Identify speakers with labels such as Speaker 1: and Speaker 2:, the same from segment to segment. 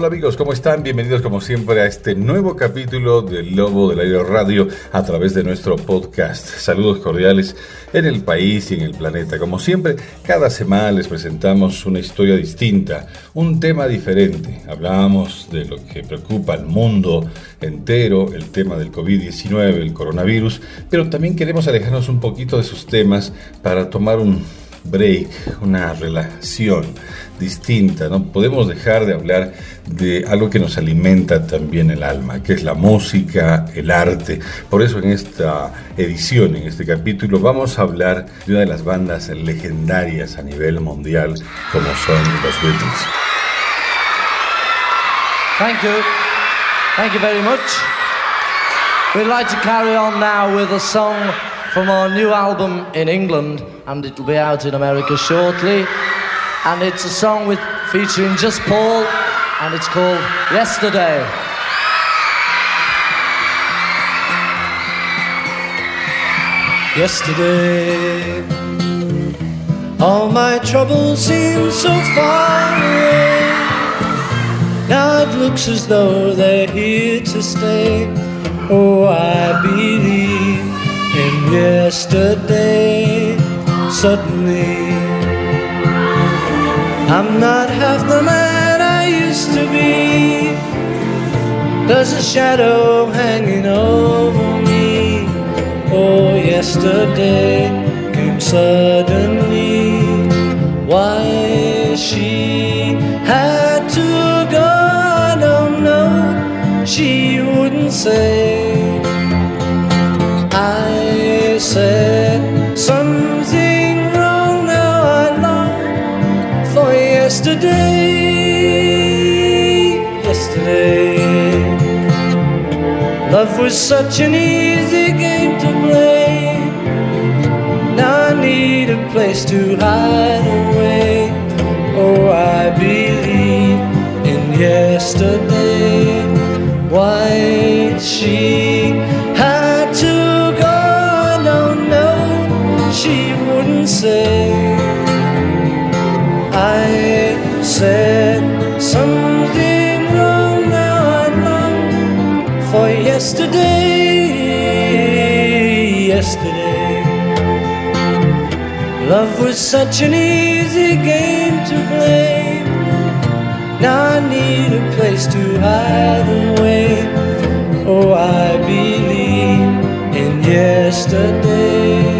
Speaker 1: Hola amigos, ¿cómo están? Bienvenidos como siempre a este nuevo capítulo del Lobo del Aire Radio a través de nuestro podcast. Saludos cordiales en el país y en el planeta. Como siempre, cada semana les presentamos una historia distinta, un tema diferente. Hablábamos de lo que preocupa al mundo entero, el tema del COVID-19, el coronavirus, pero también queremos alejarnos un poquito de esos temas para tomar un break, una relajación distinta. No podemos dejar de hablar de algo que nos alimenta también el alma, que es la música, el arte. Por eso en esta edición, en este capítulo, vamos a hablar de una de las bandas legendarias a nivel mundial, como son los Beatles.
Speaker 2: Thank you very much. We'd like to carry on now with a song from our new album in England, and it will be out in America shortly. And it's a song featuring just Paul, and it's called Yesterday. Yesterday, all my troubles seem so far away. Now it looks as though they're here to stay. Oh, I believe in yesterday. Suddenly, I'm not half the man I used to be. There's a shadow hanging over me. Oh, yesterday came suddenly. Why she had to go, I don't know. She wouldn't say. I said something wrong, now I long for yesterday. Love was such an easy game to play. Now I need a place to hide away. Oh, I believe in yesterday. Why she had to go, I don't know. She wouldn't say. I said something wrong, now I long for yesterday. Love was such an easy game to play. Now I need a place to hide away. Oh, I believe in yesterday.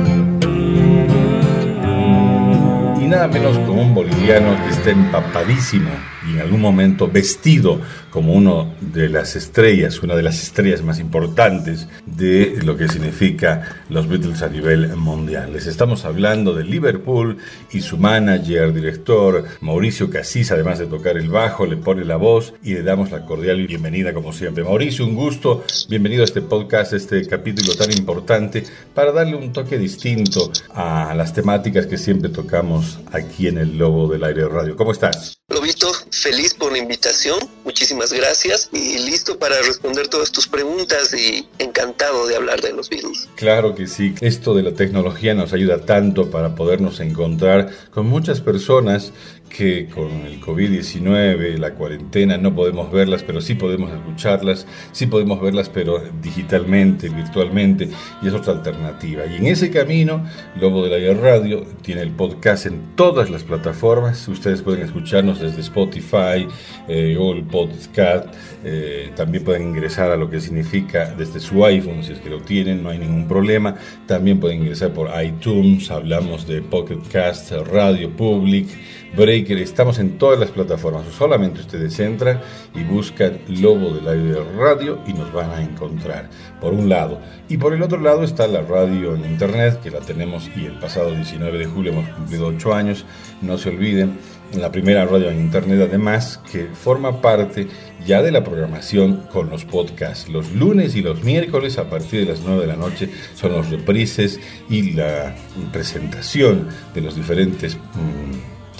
Speaker 1: Y nada menos como un boliviano que está empapadísimo y en algún momento vestido como una de las estrellas más importantes de lo que significa los Beatles a nivel mundial. Les estamos hablando de Liverpool y su manager, director, Mauricio Casís, además de tocar el bajo, le pone la voz y le damos la cordial bienvenida como siempre. Mauricio, un gusto, bienvenido a este podcast, este capítulo tan importante para darle un toque distinto a las temáticas que siempre tocamos aquí en el Lobo del Aire Radio. ¿Cómo estás?
Speaker 3: Lobito, feliz por la invitación, muchísimas gracias y listo para responder todas tus preguntas y encantado de hablar de los Beatles.
Speaker 1: Claro que sí, esto de la tecnología nos ayuda tanto para podernos encontrar con muchas personas que con el COVID-19, la cuarentena, no podemos verlas, pero sí podemos escucharlas, sí podemos verlas, pero digitalmente, virtualmente, y es otra alternativa. Y en ese camino, Lobo del Aire Radio tiene el podcast en todas las plataformas. Ustedes pueden escucharnos desde Spotify, Google Podcast, también pueden ingresar a lo que significa desde su iPhone, si es que lo tienen, no hay ningún problema. También pueden ingresar por iTunes, hablamos de Pocket Cast, Radio Public, Breaker, estamos en todas las plataformas. Solamente ustedes entran y buscan Lobo del Aire Radio y nos van a encontrar, por un lado. Y por el otro lado está la radio en internet, que la tenemos, y el pasado 19 de julio hemos cumplido 8 años, no se olviden. La primera radio en internet, además, que forma parte ya de la programación con los podcasts. Los lunes y los miércoles a partir de las 9 de la noche son los reprises y la presentación de los diferentes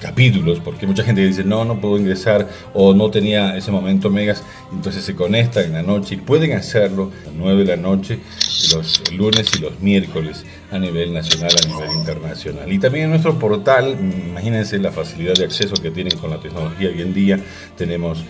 Speaker 1: capítulos, porque mucha gente dice no puedo ingresar o no tenía ese momento megas, entonces se conectan en la noche y pueden hacerlo a las 9 de la noche los lunes y los miércoles a nivel nacional, a nivel internacional. Y también en nuestro portal, imagínense la facilidad de acceso que tienen con la tecnología hoy en día, tenemos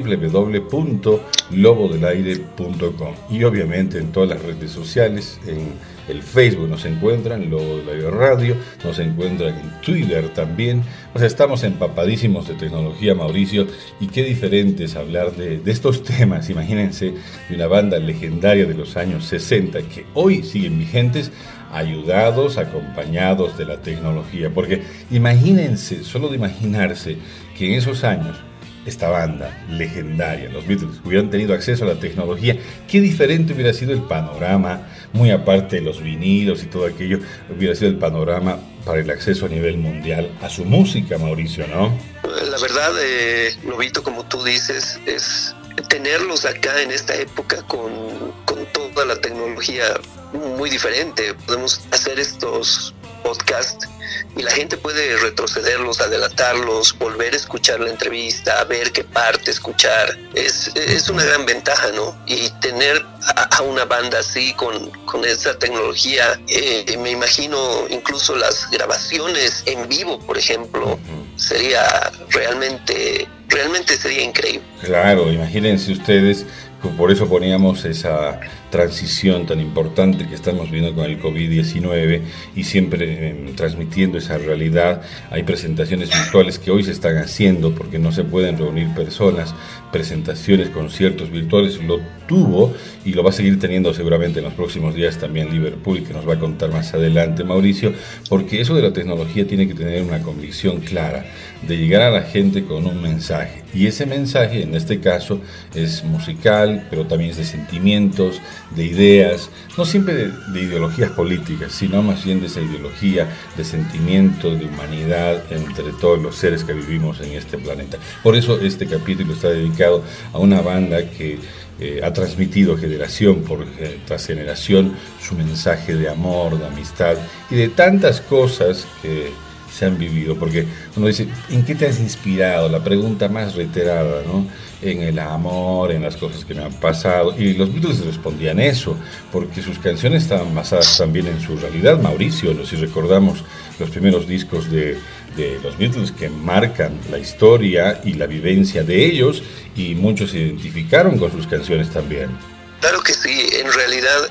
Speaker 1: www.lobodelaire.com y obviamente en todas las redes sociales, en el Facebook nos encuentran, Lobo del Aire Radio, nos encuentran en Twitter también. O sea, estamos empapadísimos de tecnología, Mauricio, y qué diferente es hablar de estos temas. Imagínense, de una banda legendaria de los años 60 que hoy siguen vigentes, ayudados, acompañados de la tecnología. Porque imagínense, solo de imaginarse que en esos años esta banda legendaria, los Beatles, hubieran tenido acceso a la tecnología, qué diferente hubiera sido el panorama, muy aparte de los vinilos y todo aquello, hubiera sido el panorama para el acceso a nivel mundial a su música, Mauricio, ¿no?
Speaker 3: La verdad, Lobito, como tú dices, es tenerlos acá en esta época con toda la tecnología muy diferente. Podemos hacer estos podcasts y la gente puede retrocederlos, adelantarlos, volver a escuchar la entrevista, a ver qué parte escuchar. Es una gran ventaja, ¿no? Y tener a una banda así con esa tecnología, me imagino incluso las grabaciones en vivo, por ejemplo, sería realmente sería increíble.
Speaker 1: Claro, imagínense ustedes, por eso poníamos esa transición tan importante que estamos viendo con el COVID-19 y siempre transmitiendo esa realidad. Hay presentaciones virtuales que hoy se están haciendo porque no se pueden reunir personas, presentaciones, conciertos virtuales, lo tuvo y lo va a seguir teniendo seguramente en los próximos días también Liverpool, que nos va a contar más adelante Mauricio, porque eso de la tecnología tiene que tener una convicción clara de llegar a la gente con un mensaje, y ese mensaje en este caso es musical, pero también es de sentimientos, de ideas, no siempre de ideologías políticas, sino más bien de esa ideología, de sentimiento, de humanidad entre todos los seres que vivimos en este planeta. Por eso este capítulo está dedicado a una banda que ha transmitido generación tras generación su mensaje de amor, de amistad y de tantas cosas que se han vivido, porque uno dice, ¿en qué te has inspirado? La pregunta más reiterada, ¿no? En el amor, en las cosas que me han pasado, y los Beatles respondían eso, porque sus canciones estaban basadas también en su realidad, Mauricio, si recordamos los primeros discos de los Beatles que marcan la historia y la vivencia de ellos, y muchos se identificaron con sus canciones también. Claro que sí, en realidad,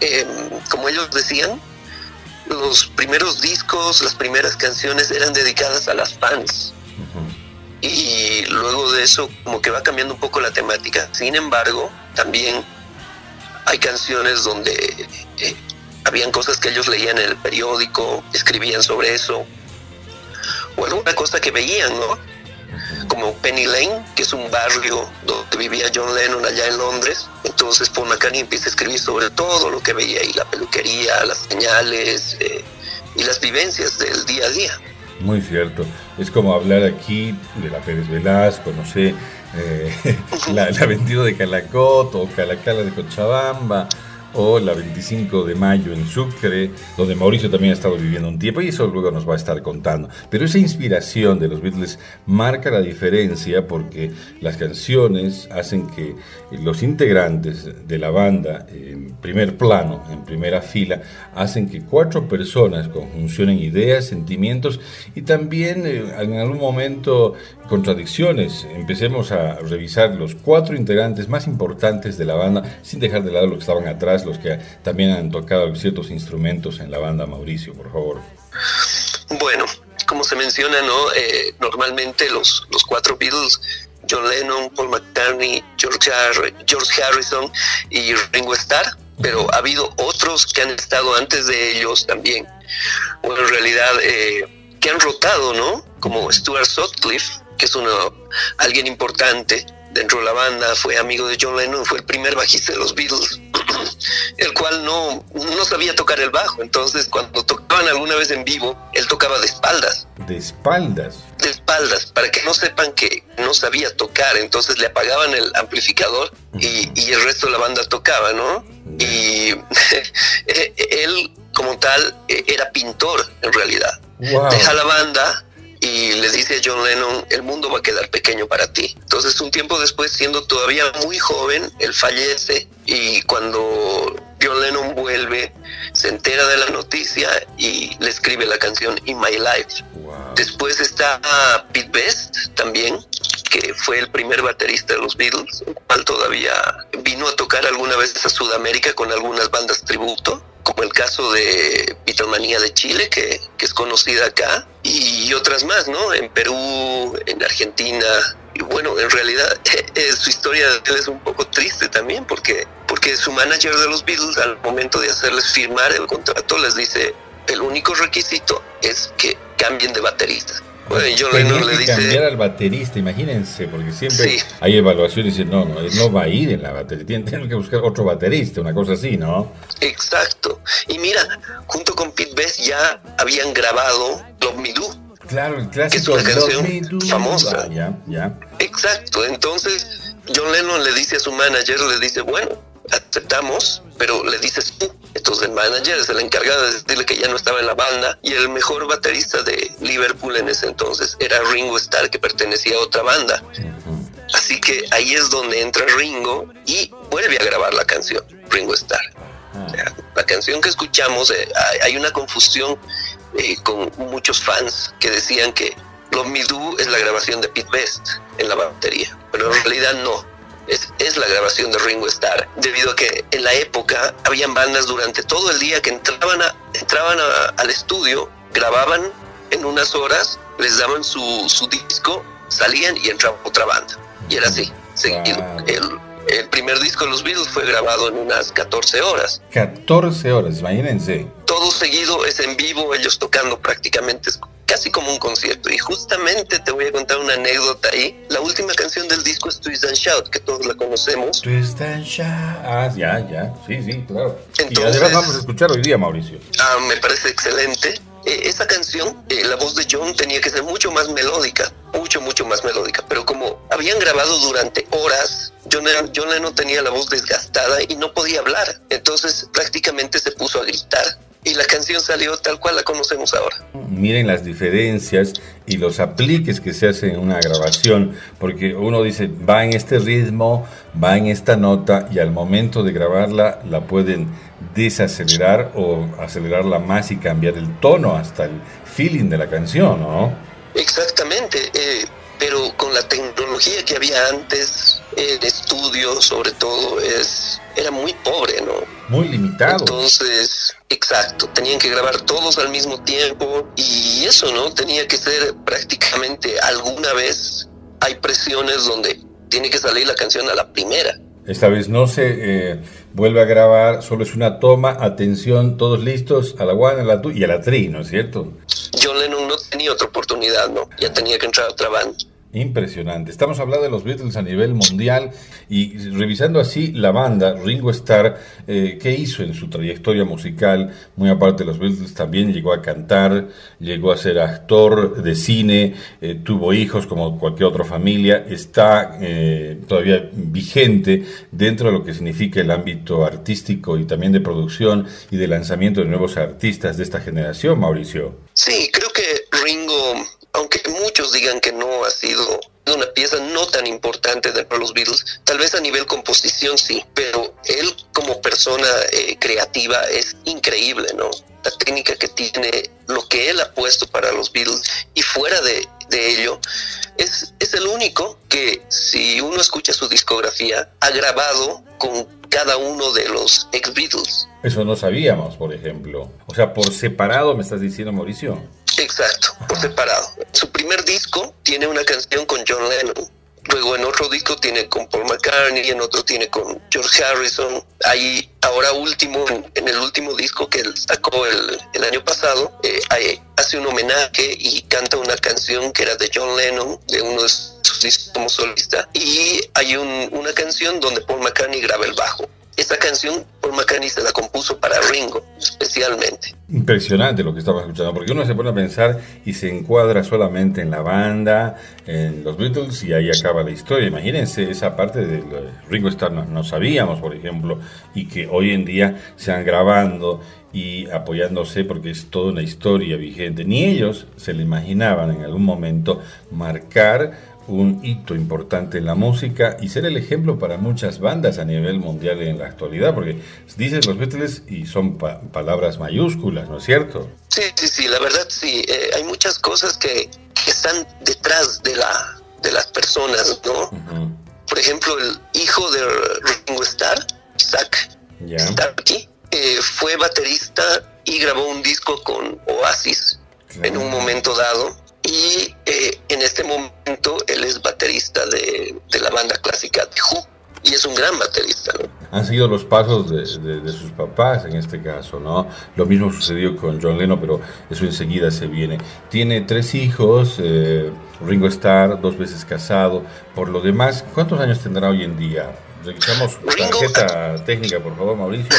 Speaker 1: como ellos decían, los primeros discos, las primeras canciones eran dedicadas a las fans. Y luego de eso como que va cambiando un poco la temática. Sin embargo, también hay canciones donde habían cosas que ellos leían en el periódico, escribían sobre eso, o alguna cosa que veían, ¿no? Como Penny Lane, que es un barrio donde vivía John Lennon allá en Londres. Entonces Paul McCartney empieza a escribir sobre todo lo que veía ahí, la peluquería, las señales y las vivencias del día a día. Muy cierto, es como hablar aquí de la Pérez Velasco, no sé, la 22 de Calacot o Calacala de Cochabamba, o la 25 de mayo en Sucre, donde Mauricio también ha estado viviendo un tiempo, y eso luego nos va a estar contando. Pero esa inspiración de los Beatles marca la diferencia, porque las canciones hacen que los integrantes de la banda, en primer plano, en primera fila, hacen que 4 personas conjuncionen ideas, sentimientos y también en algún momento contradicciones. Empecemos a revisar los 4 integrantes más importantes de la banda, sin dejar de lado los que estaban atrás, los que también han tocado ciertos instrumentos en la banda. Mauricio, por favor. Bueno, como se menciona, ¿no? Normalmente los 4 Beatles, John Lennon, Paul McCartney, George Harrison y Ringo Starr, pero ha habido otros que han estado antes de ellos también, bueno, en realidad que han rotado, ¿no? Como Stuart Sutcliffe, que es alguien importante dentro de la banda, fue amigo de John Lennon, fue el primer bajista de los Beatles, el cual no sabía tocar el bajo. Entonces cuando tocaban alguna vez en vivo, él tocaba de espaldas. ¿De espaldas? De espaldas, para que no sepan que no sabía tocar. Entonces le apagaban el amplificador y el resto de la banda tocaba, ¿no? Y él como tal era pintor en realidad. Wow. Deja la banda
Speaker 3: y le dice a John Lennon, el mundo va a quedar pequeño para ti. Entonces, un tiempo después, siendo todavía muy joven, él fallece, y cuando John Lennon vuelve, se entera de la noticia y le escribe la canción In My Life.
Speaker 1: Wow.
Speaker 3: Después está Pete Best también, que fue el primer baterista de los Beatles, el cual todavía vino a tocar alguna vez a Sudamérica con algunas bandas tributo, como el caso de Beatlemania de Chile, que es conocida acá, y otras más, ¿no? En Perú, en Argentina. Y bueno, en realidad su historia de él es un poco triste también, porque su manager de los Beatles, al momento de hacerles firmar el contrato, les dice, el único requisito es que cambien de baterista. Bueno, y John Lennon le dice...
Speaker 1: cambiar al baterista, imagínense, porque siempre
Speaker 3: sí,
Speaker 1: hay evaluaciones y dicen, no, él no va a ir en la batería, tienen que buscar otro baterista, una cosa así, ¿no?
Speaker 3: Exacto. Y mira, junto con Pete Best ya habían grabado Love Me Do.
Speaker 1: Claro, el clásico
Speaker 3: que es una canción famosa.
Speaker 1: Ya.
Speaker 3: Exacto. Entonces, John Lennon le dice a su manager, le dice, bueno, aceptamos, pero le dices tú. Entonces el manager es el encargado de decirle que ya no estaba en la banda, y el mejor baterista de Liverpool en ese entonces era Ringo Starr, que pertenecía a otra banda. Uh-huh. Así que ahí es donde entra Ringo y vuelve a grabar la canción, Ringo Starr. Uh-huh. O sea, la canción que escuchamos, hay una confusión con muchos fans que decían que Love Me Do es la grabación de Pete Best en la batería, pero en realidad no. Es la grabación de Ringo Starr, debido a que en la época habían bandas durante todo el día que entraban al estudio, grababan en unas horas, les daban su disco, salían y entraba otra banda. Y era así. Wow. El primer disco de los Beatles fue grabado en unas 14 horas.
Speaker 1: 14 horas, imagínense.
Speaker 3: Todo seguido es en vivo, ellos tocando prácticamente casi como un concierto. Y justamente te voy a contar una anécdota ahí. La última canción del disco es Twist and Shout, que todos la conocemos.
Speaker 1: Twist and Shout. Ah, ya. Sí, claro.
Speaker 3: Entonces,
Speaker 1: y además vamos a escuchar hoy día, Mauricio.
Speaker 3: Me parece excelente. Esa canción, la voz de John tenía que ser mucho más melódica, mucho más melódica. Pero como habían grabado durante horas, John Lennon tenía la voz desgastada y no podía hablar. Entonces prácticamente se puso a gritar. Y la canción salió tal cual la conocemos ahora.
Speaker 1: Miren las diferencias y los apliques que se hacen en una grabación, porque uno dice, va en este ritmo, va en esta nota, y al momento de grabarla la pueden desacelerar o acelerarla más y cambiar el tono hasta el feeling de la canción, ¿no?
Speaker 3: Exactamente, pero con la tecnología que había antes, el estudio sobre todo era muy pobre, ¿no?
Speaker 1: Muy limitado.
Speaker 3: Entonces, exacto, tenían que grabar todos al mismo tiempo, y eso, ¿no? Tenía que ser prácticamente alguna vez, hay presiones donde tiene que salir la canción a la primera.
Speaker 1: Esta vez no se vuelve a grabar, solo es una toma, atención, todos listos, a la one, a la two y a la three, ¿no es cierto?
Speaker 3: John Lennon no tenía otra oportunidad, ¿no? Ya tenía que entrar a otra banda.
Speaker 1: Impresionante. Estamos hablando de los Beatles a nivel mundial, y revisando así la banda, Ringo Starr, ¿qué hizo en su trayectoria musical? Muy aparte de los Beatles, también llegó a cantar, llegó a ser actor de cine, tuvo hijos como cualquier otra familia, está todavía vigente dentro de lo que significa el ámbito artístico y también de producción y de lanzamiento de nuevos artistas de esta generación, Mauricio.
Speaker 3: Sí, creo que Ringo, aunque muchos digan que no ha sido una pieza no tan importante dentro de los Beatles, tal vez a nivel composición sí, pero él como persona creativa es increíble, ¿no? La técnica que tiene, lo que él ha puesto para los Beatles, y fuera de ello, es el único que, si uno escucha su discografía, ha grabado con cada uno de los ex-Beatles.
Speaker 1: Eso no sabíamos, por ejemplo. O sea, por separado me estás diciendo, Mauricio.
Speaker 3: Exacto, por separado. Su primer disco tiene una canción con John Lennon, luego en otro disco tiene con Paul McCartney, en otro tiene con George Harrison. Ahí, ahora último, en el último disco que él sacó el año pasado, hace un homenaje y canta una canción que era de John Lennon, de uno de sus discos como solista, y hay una canción donde Paul McCartney graba el bajo. Esta canción Paul McCartney se la compuso para Ringo, especialmente.
Speaker 1: Impresionante lo que estamos escuchando, porque uno se pone a pensar y se encuadra solamente en la banda, en los Beatles, y ahí acaba la historia. Imagínense esa parte de Ringo Starr, no sabíamos, por ejemplo, y que hoy en día se han grabando y apoyándose porque es toda una historia vigente. Ni ellos se le imaginaban en algún momento marcar un hito importante en la música y ser el ejemplo para muchas bandas a nivel mundial en la actualidad, porque dicen los Beatles y son palabras mayúsculas, ¿no es cierto?
Speaker 3: Sí, la verdad sí, hay muchas cosas que están detrás de las personas, ¿no? Uh-huh. Por ejemplo, el hijo de Ringo Starr, Zak Starkey, fue baterista y grabó un disco con Oasis en un momento dado. Y en este momento él es baterista de la banda clásica The Who, y es un gran baterista, ¿no?
Speaker 1: Han seguido los pasos de sus papás en este caso, ¿no? Lo mismo sucedió con John Lennon, pero eso enseguida se viene. Tiene 3 hijos, Ringo Starr, 2 veces casado. Por lo demás, ¿cuántos años tendrá hoy en día? Revisamos tarjeta técnica, por favor, Mauricio.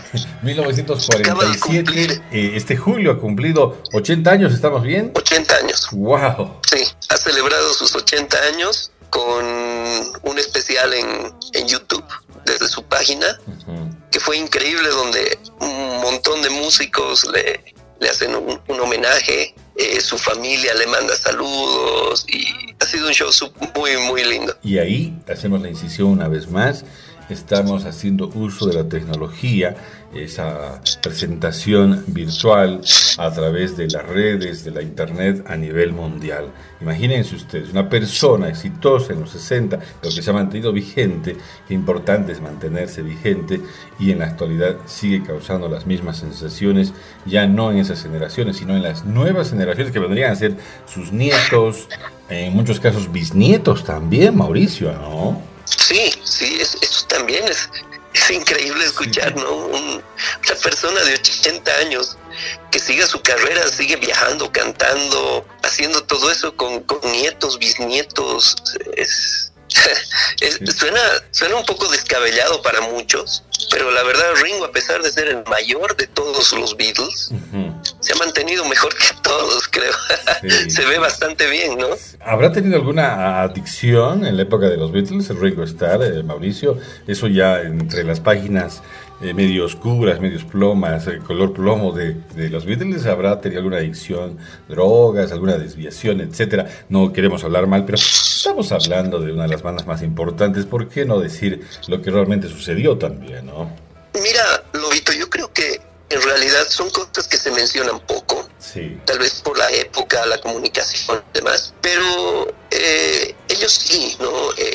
Speaker 1: 1947. Este julio ha cumplido 80 años, ¿estamos bien?
Speaker 3: 80 años.
Speaker 1: ¡Wow!
Speaker 3: Sí, ha celebrado sus 80 años con un especial en YouTube desde su página, que fue increíble, donde un montón de músicos le hacen un homenaje. Su familia le manda saludos y ha sido un show muy, muy lindo.
Speaker 1: Y ahí hacemos la incisión una vez más. Estamos haciendo uso de la tecnología, esa presentación virtual a través de las redes, de la internet a nivel mundial. Imagínense ustedes, una persona exitosa en los 60, pero que se ha mantenido vigente, qué importante es mantenerse vigente, y en la actualidad sigue causando las mismas sensaciones, ya no en esas generaciones, sino en las nuevas generaciones que vendrían a ser sus nietos, en muchos casos bisnietos también, Mauricio, ¿no?
Speaker 3: Sí, eso también es increíble escuchar, ¿no? Una persona de 80 años que siga su carrera, sigue viajando, cantando, haciendo todo eso con nietos, bisnietos. Suena un poco descabellado para muchos, pero la verdad Ringo, a pesar de ser el mayor de todos los Beatles, se ha mantenido mejor que todos, creo. Sí. Se ve bastante bien, ¿no?
Speaker 1: ¿Habrá tenido alguna adicción en la época de los Beatles, el Ringo Starr, Mauricio? Eso ya entre las páginas medio oscuras, medios plomas, color plomo de los Beatles, ¿habrá tenido alguna adicción, drogas, alguna desviación, etcétera? No queremos hablar mal, pero estamos hablando de una de las bandas más importantes. ¿Por qué no decir lo que realmente sucedió también, no?
Speaker 3: Mira, Lobito, yo creo que en realidad son cosas que se mencionan poco.
Speaker 1: Sí.
Speaker 3: Tal vez por la época, la comunicación y demás, pero ellos sí, ¿no?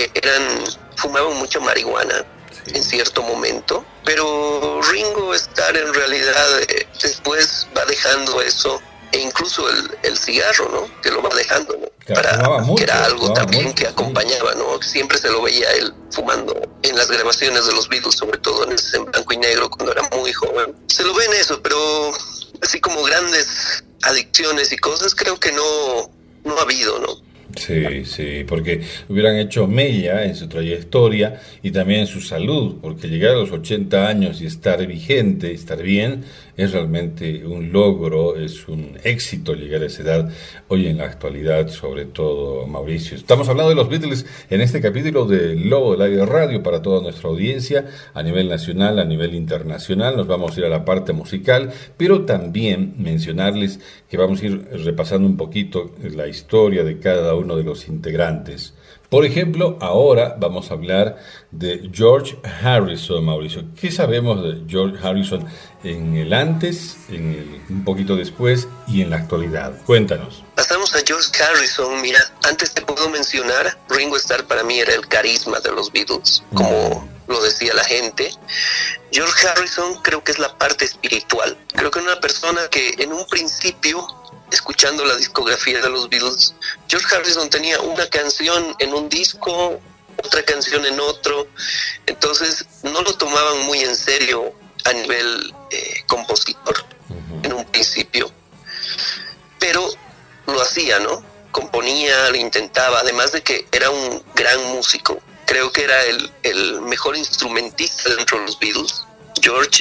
Speaker 3: Fumaban mucho marihuana. Sí. En cierto momento, pero Ringo Starr en realidad después va dejando eso, e incluso el cigarro, ¿no? Que lo va dejando, ¿no? Que era algo también que acompañaba, ¿no? Siempre se lo veía él fumando en las grabaciones de los Beatles, sobre todo en blanco y negro cuando era muy joven. Se lo ve en eso, pero así como grandes adicciones y cosas, creo que no ha habido, ¿no?
Speaker 1: Sí, porque hubieran hecho mella en su trayectoria y también en su salud, porque llegar a los 80 años y estar vigente, estar bien, es realmente un logro, es un éxito llegar a esa edad, hoy en la actualidad, sobre todo, Mauricio. Estamos hablando de los Beatles en este capítulo de Lobo del Aire Radio para toda nuestra audiencia, a nivel nacional, a nivel internacional. Nos vamos a ir a la parte musical, pero también mencionarles que vamos a ir repasando un poquito la historia de cada uno de los integrantes. Por ejemplo, ahora vamos a hablar de George Harrison, Mauricio. ¿Qué sabemos de George Harrison en el antes, un poquito después y en la actualidad? Cuéntanos.
Speaker 3: Pasamos a George Harrison. Mira, antes te puedo mencionar, Ringo Starr para mí era el carisma de los Beatles, como lo decía la gente. George Harrison creo que es la parte espiritual. Creo que una persona que en un principio, escuchando la discografía de los Beatles, George Harrison tenía una canción en un disco, otra canción en otro, entonces no lo tomaban muy en serio a nivel compositor en un principio, pero lo hacía, ¿no? Componía, lo intentaba, además de que era un gran músico. Creo que era el mejor instrumentista dentro de los Beatles. George,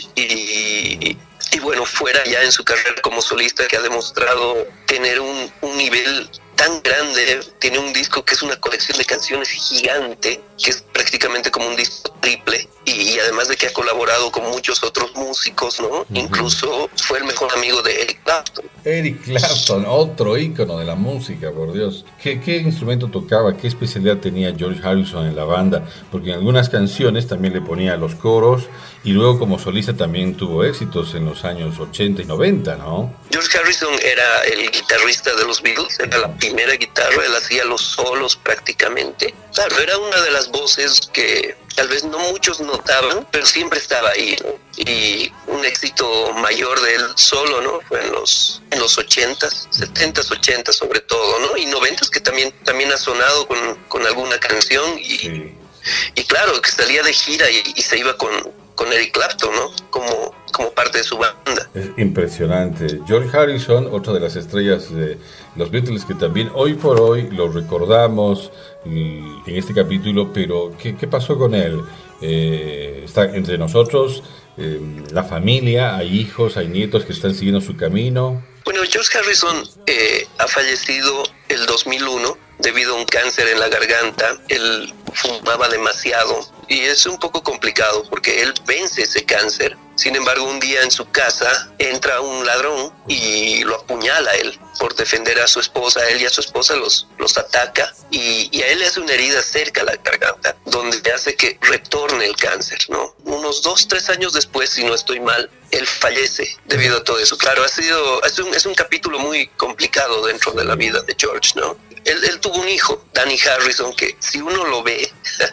Speaker 3: y bueno, fuera ya en su carrera como solista, que ha demostrado tener un nivel tan grande. Tiene un disco que es una colección de canciones gigante, que es prácticamente como un disco triple, y además de que ha colaborado con muchos otros músicos, ¿no? Uh-huh. Incluso fue el mejor amigo de Eric Clapton.
Speaker 1: Eric Clapton, otro ícono de la música, por Dios. ¿Qué instrumento tocaba? ¿Qué especialidad tenía George Harrison en la banda? Porque en algunas canciones también le ponía los coros, y luego como solista también tuvo éxitos en los años 80 y 90, ¿no?
Speaker 3: George Harrison era el guitarrista de los Beatles, era la primera guitarra, él hacía los solos prácticamente. Claro, era una de las voces que tal vez no muchos notaban, pero siempre estaba ahí, ¿no? Y un éxito mayor de él solo, ¿no? Fue en los 80s, 70s, 80s sobre todo, ¿no? Y 90s, que también ha sonado con alguna canción, y claro, que salía de gira y se iba con Eric Clapton, ¿no? Como parte de su banda.
Speaker 1: Es impresionante. George Harrison, otra de las estrellas de los Beatles, que también hoy por hoy lo recordamos en este capítulo, pero ¿qué pasó con él? Está entre nosotros, la familia, hay hijos, hay nietos que están siguiendo su camino.
Speaker 3: Bueno, George Harrison ha fallecido el 2001 debido a un cáncer en la garganta. Él fumaba demasiado y es un poco complicado porque él vence ese cáncer. Sin embargo, un día en su casa entra un ladrón y lo apuñala a él por defender a su esposa. A él y a su esposa los ataca y a él le hace una herida cerca a la garganta, donde hace que retorne el cáncer, ¿no? Unos 2-3 años después, si no estoy mal, él fallece debido a todo eso. Claro, es un capítulo muy complicado dentro de la vida de George, ¿no? Él tuvo un hijo, Danny Harrison, que si uno lo ve,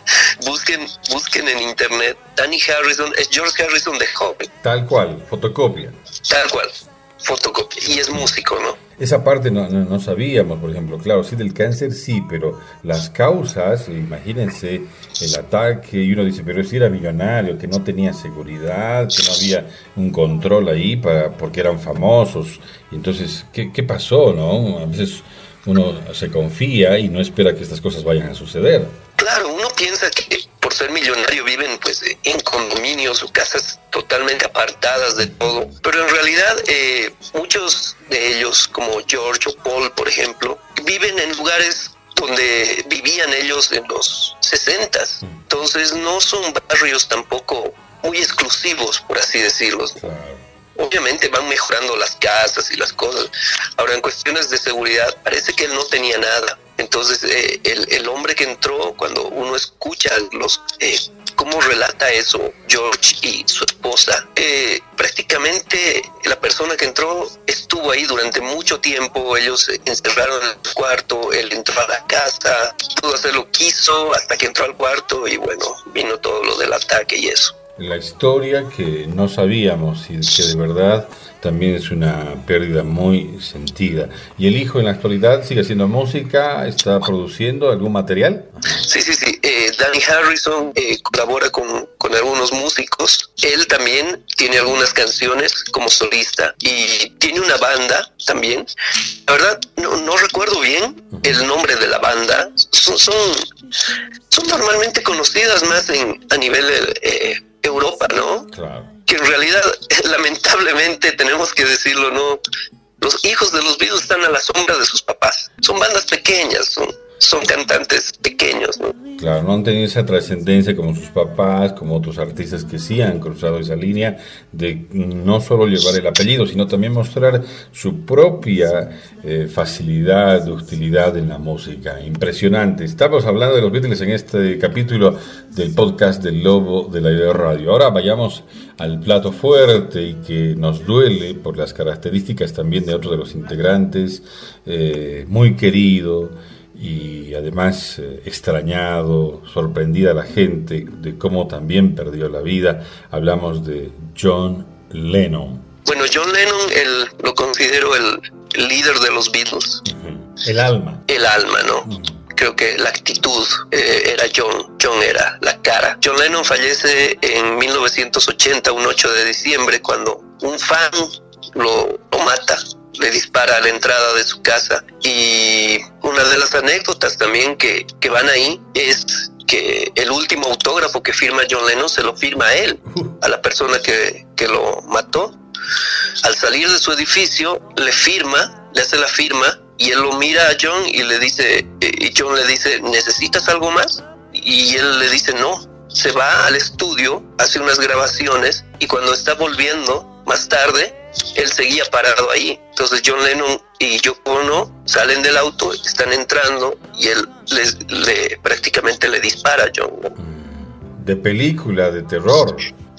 Speaker 3: busquen en internet, Danny Harrison es George Harrison de joven.
Speaker 1: Tal cual, fotocopia.
Speaker 3: Tal cual, fotocopia, y es músico, ¿no?
Speaker 1: Esa parte no sabíamos, por ejemplo, claro, sí del cáncer sí, pero las causas, imagínense el ataque, y uno dice, pero si era millonario, que no tenía seguridad, que no había un control ahí porque eran famosos, y entonces, ¿qué pasó, no? A veces uno se confía y no espera que estas cosas vayan a suceder.
Speaker 3: Claro, uno piensa que por ser millonario viven pues en condominios o casas totalmente apartadas de todo, pero en realidad muchos de ellos, como George o Paul, por ejemplo, viven en lugares donde vivían ellos en los 60s. Entonces no son barrios tampoco muy exclusivos, por así decirlo.
Speaker 1: Claro.
Speaker 3: Obviamente van mejorando las casas y las cosas. Ahora, en cuestiones de seguridad, parece que él no tenía nada. Entonces, el hombre que entró, cuando uno escucha cómo relata eso George y su esposa, prácticamente la persona que entró estuvo ahí durante mucho tiempo. Ellos se encerraron en el cuarto, él entró a la casa, pudo hacer lo que quiso hasta que entró al cuarto y bueno, vino todo lo del ataque y eso.
Speaker 1: La historia que no sabíamos y que de verdad también es una pérdida muy sentida. ¿Y el hijo en la actualidad sigue haciendo música? ¿Está produciendo algún material?
Speaker 3: Sí. Danny Harrison colabora con algunos músicos. Él también tiene algunas canciones como solista y tiene una banda también. La verdad, no recuerdo bien el nombre de la banda. Son normalmente conocidas más a nivel Europa, ¿no? Claro. Que en realidad, lamentablemente, tenemos que decirlo, ¿no? Los hijos de los Beatles están a la sombra de sus papás. Son bandas pequeñas, son cantantes pequeños, ¿no?
Speaker 1: Claro, no han tenido esa trascendencia como sus papás, como otros artistas que sí han cruzado esa línea de no solo llevar el apellido, sino también mostrar su propia facilidad, ductilidad en la música. Impresionante. Estamos hablando de los Beatles en este capítulo del podcast del Lobo de la Idea Radio. Ahora vayamos al plato fuerte y que nos duele por las características también de otro de los integrantes, muy querido, y además extrañado, sorprendida la gente de cómo también perdió la vida. Hablamos de John Lennon.
Speaker 3: Bueno, John Lennon lo considero el líder de los Beatles.
Speaker 1: Uh-huh. El alma.
Speaker 3: El alma, ¿no? Uh-huh. Creo que la actitud era John era la cara. John Lennon fallece en 1980, un 8 de diciembre, cuando un fan lo mata. Le dispara a la entrada de su casa. Y una de las anécdotas también que van ahí es que el último autógrafo que firma John Lennon se lo firma a él, a la persona que lo mató. Al salir de su edificio, le hace la firma, y él lo mira a John y John le dice, ¿necesitas algo más? Y él le dice no. Se va al estudio, hace unas grabaciones, y cuando está volviendo más tarde, él seguía parado ahí. Entonces John Lennon y Yoko Ono salen del auto, están entrando, y él prácticamente le dispara a John, ¿no?
Speaker 1: De película, de terror.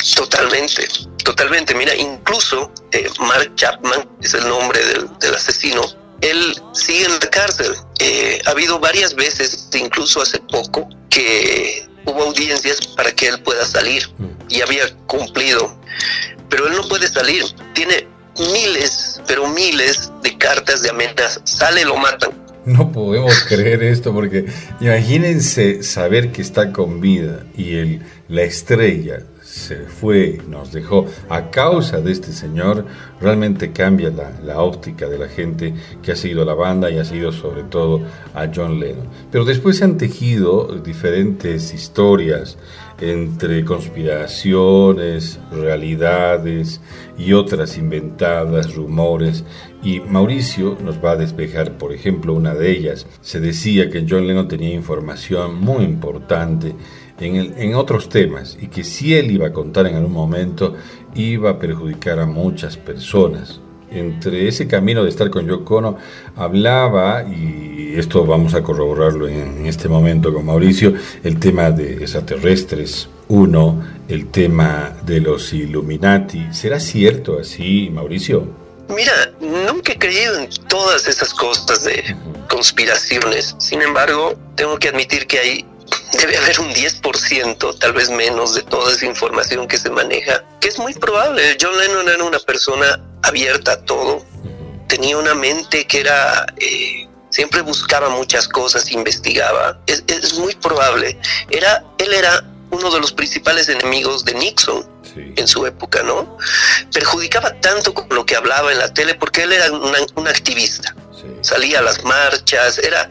Speaker 3: Totalmente. Mira, incluso Mark Chapman es el nombre del asesino. Él sigue en la cárcel. Ha habido varias veces, incluso hace poco, que hubo audiencias para que él pueda salir, y había cumplido, pero él no puede salir. Tiene miles de cartas de amenaza. Sale, lo matan.
Speaker 1: No podemos creer esto, porque imagínense saber que está con vida y la estrella se fue, nos dejó a causa de este señor. Realmente cambia la óptica de la gente que ha seguido la banda y ha seguido sobre todo a John Lennon. Pero después se han tejido diferentes historias entre conspiraciones, realidades y otras inventadas, rumores, y Mauricio nos va a despejar, por ejemplo, una de ellas. Se decía que John Lennon tenía información muy importante en otros temas, y que si él iba a contar en algún momento iba a perjudicar a muchas personas. Entre ese camino de estar con Yoko Ono hablaba, y esto vamos a corroborarlo en este momento con Mauricio, el tema de extraterrestres, el tema de los Illuminati. ¿Será cierto así, Mauricio?
Speaker 3: Mira, nunca he creído en todas esas cosas de conspiraciones. Sin embargo, tengo que admitir que debe haber un 10%, tal vez menos, de toda esa información que se maneja, que es muy probable. John Lennon era una persona abierta a todo, tenía una mente que era... siempre buscaba muchas cosas, investigaba. Es muy probable. Él era uno de los principales enemigos de Nixon, sí, en su época, ¿no? Perjudicaba tanto con lo que hablaba en la tele, porque él era un activista. Sí. Salía a las marchas, era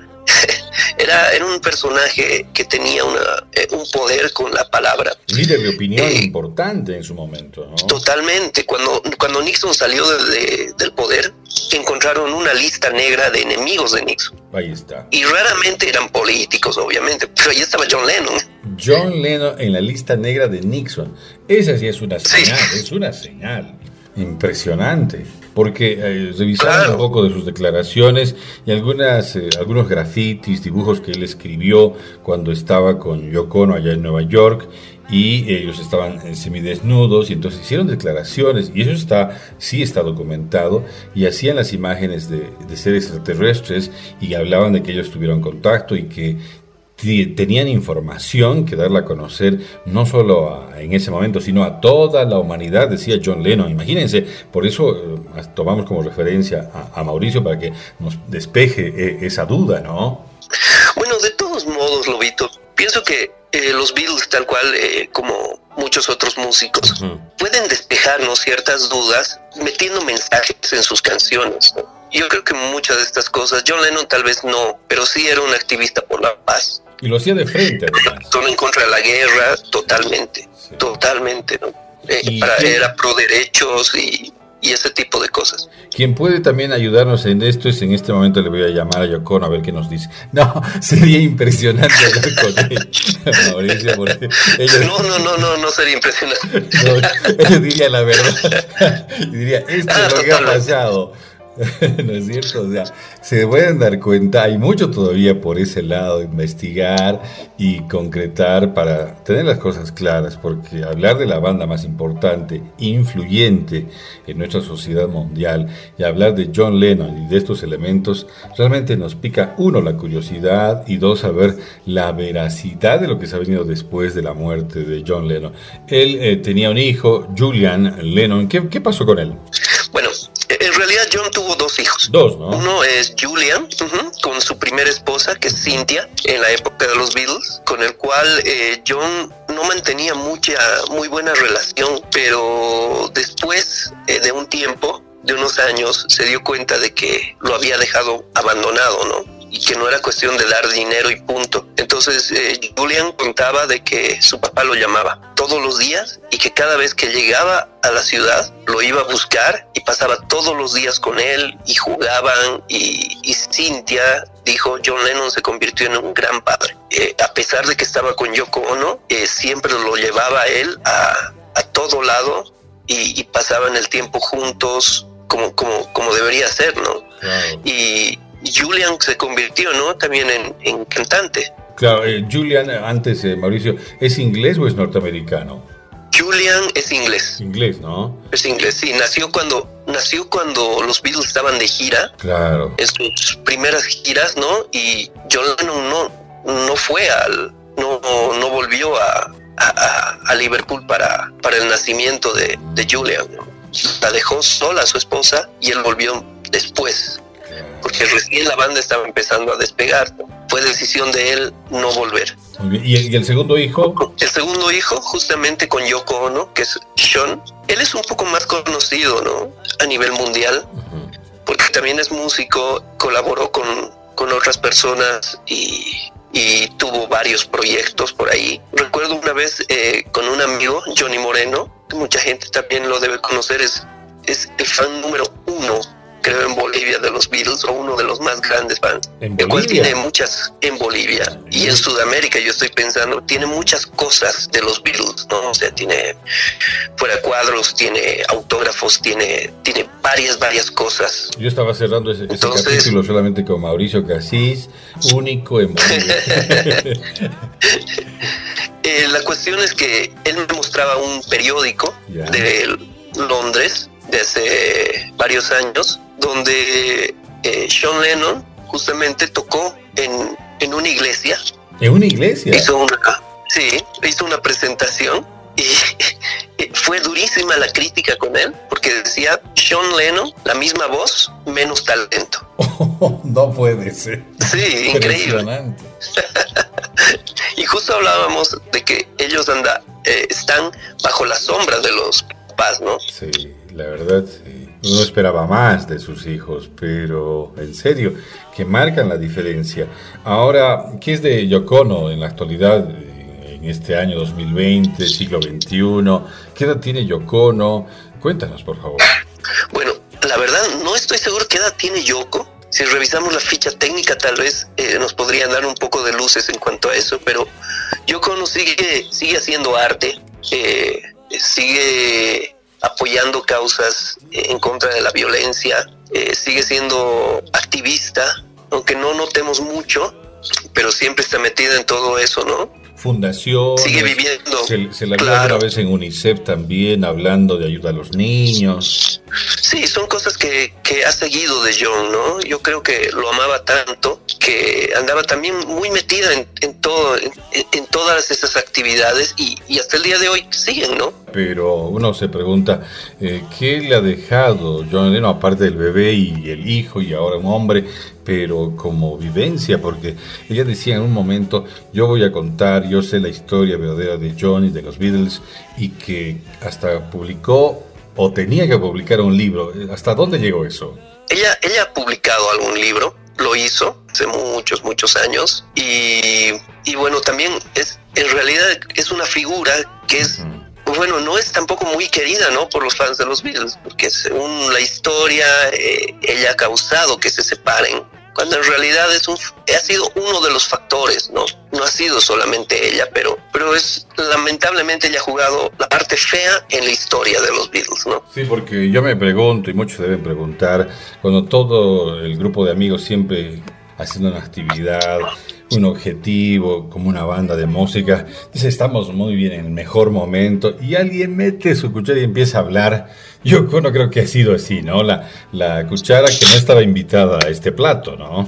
Speaker 3: un personaje que tenía un poder con la palabra.
Speaker 1: Líder de opinión importante en su momento, ¿no?
Speaker 3: Totalmente. Cuando Nixon salió del poder, encontraron una lista negra de enemigos de Nixon.
Speaker 1: Ahí está.
Speaker 3: Y raramente eran políticos, obviamente, pero ahí estaba John Lennon.
Speaker 1: John Lennon en la lista negra de Nixon. Esa sí es una señal, sí. Es una señal impresionante. Porque revisamos un poco de sus declaraciones y algunos grafitis, dibujos que él escribió cuando estaba con Yoko Ono allá en Nueva York, y ellos estaban semidesnudos, y entonces hicieron declaraciones, y eso sí está documentado, y hacían las imágenes de seres extraterrestres, y hablaban de que ellos tuvieron contacto y que tenían información que darla a conocer no solo en ese momento, sino a toda la humanidad, decía John Lennon. Imagínense, por eso tomamos como referencia a Mauricio, para que nos despeje esa duda, ¿no?
Speaker 3: Bueno, de todos modos, Lobito, pienso que los Beatles, tal cual como muchos otros músicos, pueden despejarnos ciertas dudas metiendo mensajes en sus canciones, ¿no? Yo creo que muchas de estas cosas, John Lennon tal vez no, pero sí era un activista por la paz.
Speaker 1: Y lo hacía de frente, además.
Speaker 3: Son en contra de la guerra, totalmente, sí. Totalmente, ¿no? Era pro derechos y ese tipo de cosas.
Speaker 1: Quien puede también ayudarnos en esto es, en este momento le voy a llamar a Yoko Ono a ver qué nos dice. No, sería impresionante hablar con él, Mauricio, porque
Speaker 3: no sería impresionante.
Speaker 1: No, él diría la verdad y diría, esto es lo que ha pasado. ¿No es cierto? O sea, se pueden dar cuenta, hay mucho todavía por ese lado, investigar y concretar para tener las cosas claras, porque hablar de la banda más importante, influyente en nuestra sociedad mundial, y hablar de John Lennon y de estos elementos, realmente nos pica, uno, la curiosidad, y dos, saber la veracidad de lo que se ha venido después de la muerte de John Lennon. Él tenía un hijo, Julian Lennon. ¿Qué pasó con él?
Speaker 3: Bueno, en realidad John tuvo dos hijos.
Speaker 1: Dos, ¿no?
Speaker 3: Uno es Julian, con su primera esposa, que es Cynthia, en la época de los Beatles, con el cual John no mantenía muy buena relación, pero después de un tiempo, de unos años, se dio cuenta de que lo había dejado abandonado, ¿no? y que no era cuestión de dar dinero y punto. Entonces Julian contaba de que su papá lo llamaba todos los días y que cada vez que llegaba a la ciudad lo iba a buscar y pasaba todos los días con él y jugaban, y Cynthia dijo: John Lennon se convirtió en un gran padre. A pesar de que estaba con Yoko Ono, siempre lo llevaba a él a todo lado y pasaban el tiempo juntos como debería ser, ¿no?
Speaker 1: Claro.
Speaker 3: Y Julian se convirtió, ¿no?, también en cantante.
Speaker 1: Claro, Julian, antes, Mauricio, ¿es inglés o es norteamericano?
Speaker 3: Julian es inglés.
Speaker 1: Inglés, ¿no?
Speaker 3: Es inglés, sí. Nació cuando los Beatles estaban de gira.
Speaker 1: Claro.
Speaker 3: En sus primeras giras, ¿no? Y John Lennon no volvió a Liverpool para el nacimiento de Julian, ¿no? La dejó sola a su esposa y él volvió después, porque recién la banda estaba empezando a despegar, ¿no? Fue decisión de él no volver.
Speaker 1: Muy bien. ¿Y el segundo hijo?
Speaker 3: El segundo hijo, justamente con Yoko Ono, que es Sean. Él es un poco más conocido, ¿no?, a nivel mundial, porque también es músico, colaboró con otras personas y tuvo varios proyectos por ahí. Recuerdo una vez con un amigo, Johnny Moreno, que mucha gente también lo debe conocer, es el fan número 1, creo, en Bolivia de los Beatles, o uno de los más grandes fans.
Speaker 1: ¿En
Speaker 3: el cual
Speaker 1: Bolivia?
Speaker 3: tiene muchas en Bolivia y en Sudamérica. Yo estoy pensando, tiene muchas cosas de los Beatles, ¿no? O sea, tiene fuera cuadros, tiene autógrafos, tiene varias cosas.
Speaker 1: Yo estaba cerrando ese capítulo solamente con Mauricio Casís, único en Bolivia.
Speaker 3: La cuestión es que él me mostraba un periódico de Londres de hace varios años, donde John Lennon justamente tocó en una iglesia.
Speaker 1: ¿En una iglesia?
Speaker 3: Hizo una presentación y fue durísima la crítica con él, porque decía: John Lennon, la misma voz, menos talento.
Speaker 1: Oh, no puede ser.
Speaker 3: Sí, increíble. Y justo hablábamos de que ellos están bajo la sombra de los papás, ¿no?
Speaker 1: Sí, la verdad, sí. Uno esperaba más de sus hijos, pero en serio, que marcan la diferencia. Ahora, ¿qué es de Yoko Ono en la actualidad, en este año 2020, siglo XXI? ¿Qué edad tiene Yoko Ono? Cuéntanos, por favor.
Speaker 3: Bueno, la verdad, no estoy seguro qué edad tiene Yoko. Si revisamos la ficha técnica, tal vez nos podrían dar un poco de luces en cuanto a eso, pero Yoko Ono sigue haciendo arte, sigue apoyando causas en contra de la violencia, sigue siendo activista, aunque no notemos mucho, pero siempre está metida en todo eso, ¿no?
Speaker 1: Fundación.
Speaker 3: Sigue viviendo.
Speaker 1: Se la vio otra vez en UNICEF también, hablando de ayuda a los niños.
Speaker 3: Sí, son cosas que ha seguido de John, ¿no? Yo creo que lo amaba tanto que andaba también muy metida en todas esas actividades y hasta el día de hoy siguen, ¿no?
Speaker 1: Pero uno se pregunta, ¿qué le ha dejado John Lennon, aparte del bebé y el hijo y ahora un hombre, pero como vivencia? Porque ella decía en un momento: yo voy a contar, yo sé la historia verdadera de John y de los Beatles, y que hasta publicó o tenía que publicar un libro. ¿Hasta dónde llegó eso?
Speaker 3: Ella ha publicado algún libro, lo hizo hace muchos años, y bueno, también en realidad es una figura que es, bueno, no es tampoco muy querida, ¿no?, por los fans de los Beatles, porque según la historia, ella ha causado que se separen, cuando en realidad ha sido uno de los factores, ¿no? No ha sido solamente ella, pero lamentablemente ella ha jugado la parte fea en la historia de los Beatles, ¿no?
Speaker 1: Sí, porque yo me pregunto, y muchos deben preguntar, cuando todo el grupo de amigos siempre haciendo una actividad, un objetivo, como una banda de música, dice: estamos muy bien, en el mejor momento, y alguien mete su cuchara y empieza a hablar. Yo no creo que ha sido así, ¿no? La cuchara que no estaba invitada a este plato, ¿no?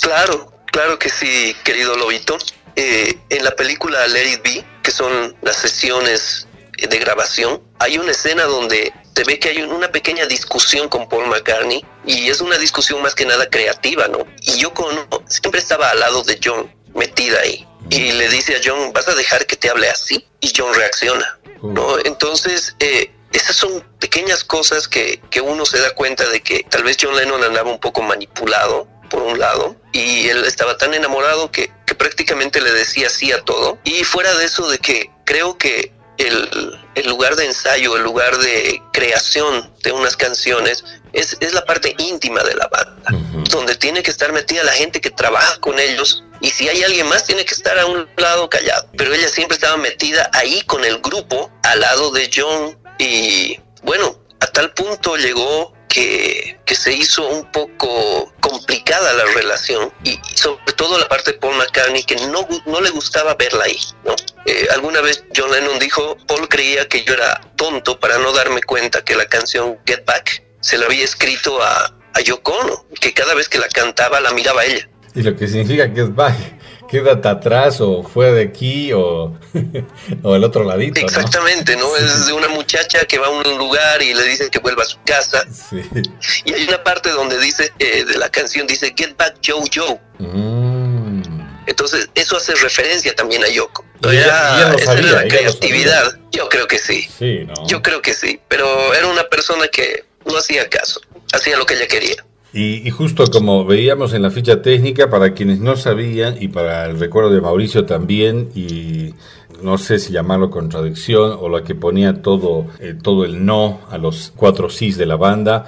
Speaker 3: Claro que sí, querido Lobito. En la película Let It Be, que son las sesiones de grabación, hay una escena donde se ve que hay una pequeña discusión con Paul McCartney, y es una discusión más que nada creativa, ¿no? Y Yoko Ono siempre estaba al lado de John, metida ahí, y le dice a John: ¿vas a dejar que te hable así? Y John reacciona, ¿no? Entonces, esas son pequeñas cosas que uno se da cuenta de que tal vez John Lennon andaba un poco manipulado por un lado, y él estaba tan enamorado que prácticamente le decía sí a todo. Y fuera de eso, de que creo que el lugar de ensayo, el lugar de creación de unas canciones es la parte íntima de la banda, donde tiene que estar metida la gente que trabaja con ellos, y si hay alguien más tiene que estar a un lado callado, pero ella siempre estaba metida ahí con el grupo al lado de John. Y bueno, a tal punto llegó que se hizo un poco complicada la relación, y sobre todo la parte de Paul McCartney, que no le gustaba verla ahí, ¿no? Alguna vez John Lennon dijo: Paul creía que yo era tonto para no darme cuenta que la canción Get Back se la había escrito a Yoko Ono, que cada vez que la cantaba la miraba a ella.
Speaker 1: Y lo que significa Get Back, quédate atrás, o fuera de aquí, o el otro ladito, ¿no?
Speaker 3: Exactamente, ¿no? Sí. Es de una muchacha que va a un lugar y le dicen que vuelva a su casa. Sí. Y hay una parte donde dice, de la canción dice, Get Back Joe Joe. Entonces, eso hace referencia también a Yoko.
Speaker 1: Ella lo sabía,
Speaker 3: era la creatividad. Yo creo que sí.
Speaker 1: Sí, ¿no?
Speaker 3: Yo creo que sí, pero era una persona que no hacía caso, hacía lo que ella quería.
Speaker 1: Y justo como veíamos en la ficha técnica, para quienes no sabían, y para el recuerdo de Mauricio también, y no sé si llamarlo contradicción, o la que ponía todo el no a los 4 sís de la banda,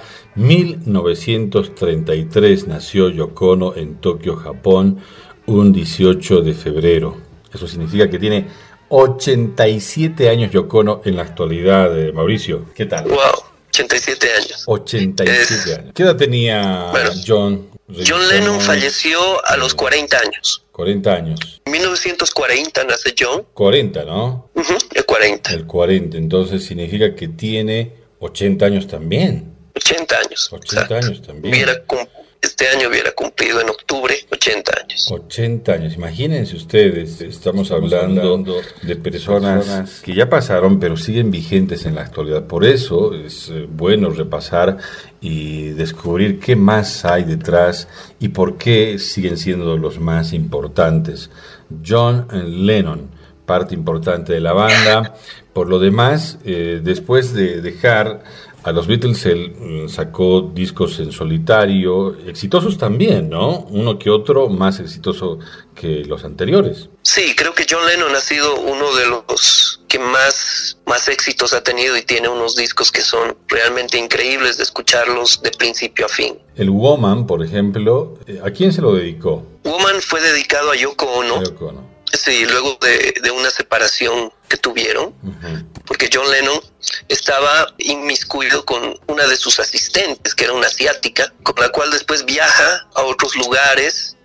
Speaker 1: 1933 nació Yoko Ono en Tokio, Japón, un 18 de febrero. Eso significa que tiene 87 años Yoko Ono en la actualidad, Mauricio. ¿Qué tal?
Speaker 3: ¡Wow! 87 años.
Speaker 1: 87 años. ¿Qué edad tenía John?
Speaker 3: John Lennon falleció a los 40 años.
Speaker 1: 40 años.
Speaker 3: En 1940 nace John.
Speaker 1: 40, ¿no?
Speaker 3: El 40.
Speaker 1: El 40, entonces significa que tiene 80 años también.
Speaker 3: 80 años.
Speaker 1: 80 años también.
Speaker 3: Este año hubiera cumplido en octubre 80 años.
Speaker 1: 80 años, imagínense ustedes, estamos hablando de personas que ya pasaron pero siguen vigentes en la actualidad. Por eso es bueno repasar y descubrir qué más hay detrás y por qué siguen siendo los más importantes. John Lennon, parte importante de la banda. Por lo demás, después de dejar a los Beatles, él sacó discos en solitario, exitosos también, ¿no? Uno que otro más exitoso que los anteriores.
Speaker 3: Sí, creo que John Lennon ha sido uno de los que más éxitos ha tenido, y tiene unos discos que son realmente increíbles de escucharlos de principio a fin.
Speaker 1: El Woman, por ejemplo, ¿a quién se lo dedicó?
Speaker 3: Woman fue dedicado a Yoko Ono.
Speaker 1: Yoko Ono.
Speaker 3: Sí, luego de una separación que tuvieron, porque John Lennon estaba inmiscuido con una de sus asistentes, que era una asiática, con la cual después viaja a otros lugares,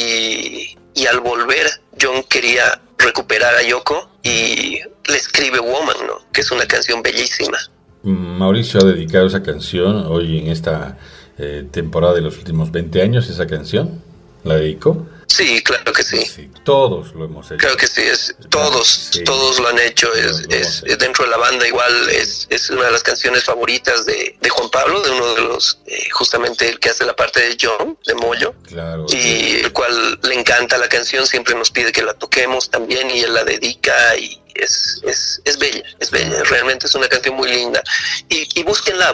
Speaker 3: y al volver John quería recuperar a Yoko y le escribe Woman, ¿no? Que es una canción bellísima.
Speaker 1: Mauricio ha dedicado esa canción hoy en esta temporada de los últimos 20 años, esa canción, ¿la dedicó?
Speaker 3: Sí, claro que sí.
Speaker 1: Sí, todos lo hemos hecho.
Speaker 3: Creo que sí, todos lo han hecho. Es dentro de la banda igual, es una de las canciones favoritas de Juan Pablo, de uno de los, justamente el que hace la parte de John, de Mollo.
Speaker 1: Claro.
Speaker 3: Y el cual le encanta la canción, siempre nos pide que la toquemos también, y él la dedica, y es bella, es bella, realmente es una canción muy linda. Y búsquenla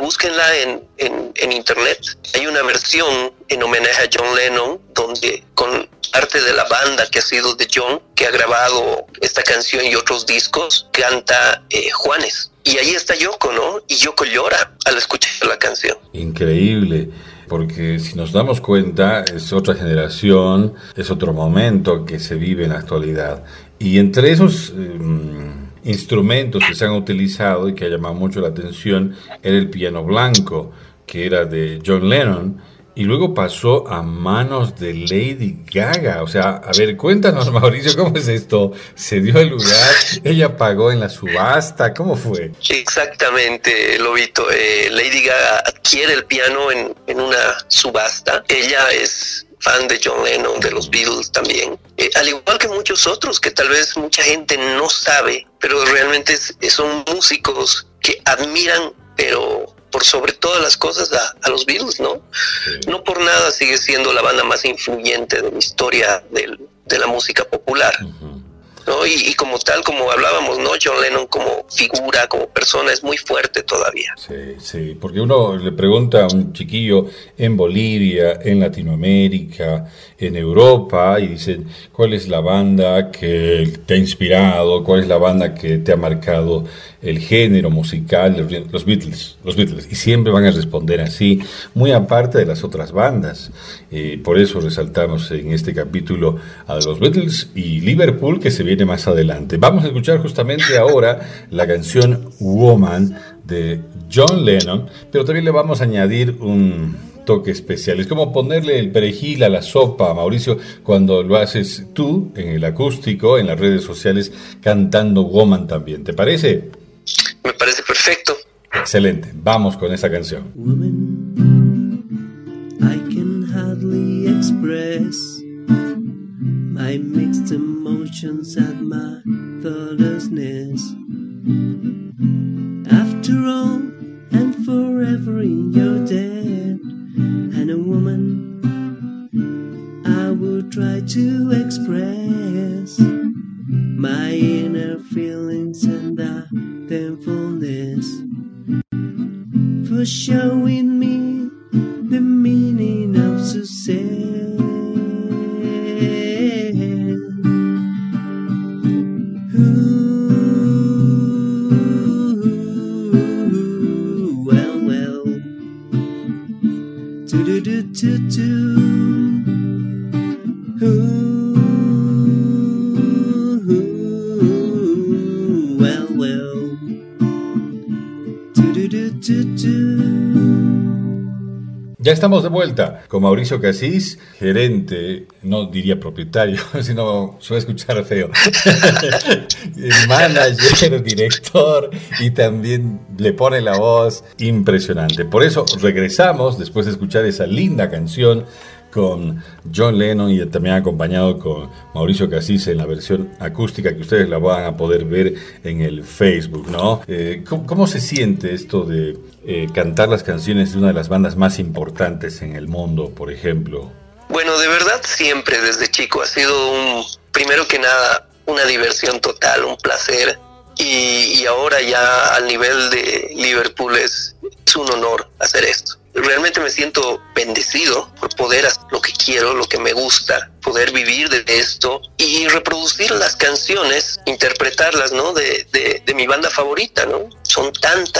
Speaker 3: en internet. Hay una versión en homenaje a John Lennon, donde con arte de la banda que ha sido de John, que ha grabado esta canción y otros discos, canta Juanes. Y ahí está Yoko, ¿no? Y Yoko llora al escuchar la canción.
Speaker 1: Increíble, porque si nos damos cuenta, es otra generación, es otro momento que se vive en la actualidad. Y entre esos instrumentos que se han utilizado y que ha llamado mucho la atención, era el piano blanco, que era de John Lennon, y luego pasó a manos de Lady Gaga. O sea, a ver, cuéntanos, Mauricio, ¿cómo es esto? ¿Se dio el lugar? ¿Ella pagó en la subasta? ¿Cómo fue?
Speaker 3: Exactamente, Lobito. Lady Gaga adquiere el piano en una subasta. Ella es fan de John Lennon, de los Beatles también. Al igual que muchos otros que tal vez mucha gente no sabe, pero realmente son músicos que admiran, pero por sobre todas las cosas a los Beatles, ¿no? Sí. No por nada sigue siendo la banda más influyente de la historia de la música popular. ¿no? Y como tal, como hablábamos, ¿no? John Lennon como figura, como persona, es muy fuerte todavía.
Speaker 1: Sí, porque uno le pregunta a un chiquillo en Bolivia, en Latinoamérica, en Europa, y dicen, ¿cuál es la banda que te ha inspirado? ¿Cuál es la banda que te ha marcado el género musical? Los Beatles. Y siempre van a responder así, muy aparte de las otras bandas. Por eso resaltamos en este capítulo a los Beatles y Liverpool, que se viene más adelante. Vamos a escuchar justamente ahora la canción Woman de John Lennon, pero también le vamos a añadir un toque especial. Es como ponerle el perejil a la sopa, Mauricio, cuando lo haces tú en el acústico, en las redes sociales, cantando Woman también. ¿Te parece?
Speaker 3: Me parece perfecto.
Speaker 1: Excelente. Vamos con esa canción.
Speaker 4: Woman, I can hardly express my mixed emotions at my thoughtlessness. After all, and forever in your debt, and a woman, I will try to express my inner feelings and thankfulness for showing me the meaning of success.
Speaker 1: Ya estamos de vuelta con Mauricio Casís, gerente, no diría propietario, sino suele escuchar feo, manager, director, y también le pone la voz impresionante. Por eso regresamos después de escuchar esa linda canción con John Lennon y también acompañado con Mauricio Casís en la versión acústica que ustedes la van a poder ver en el Facebook, ¿no? ¿Cómo se siente esto de cantar las canciones de una de las bandas más importantes en el mundo, por ejemplo?
Speaker 3: Bueno, de verdad siempre desde chico ha sido primero que nada, una diversión total, un placer, y ahora ya al nivel de Liverpool es un honor hacer esto. Realmente me siento bendecido por poder hacer lo que quiero, lo que me gusta, poder vivir de esto y reproducir las canciones, interpretarlas, ¿no? De mi banda favorita, ¿no? Son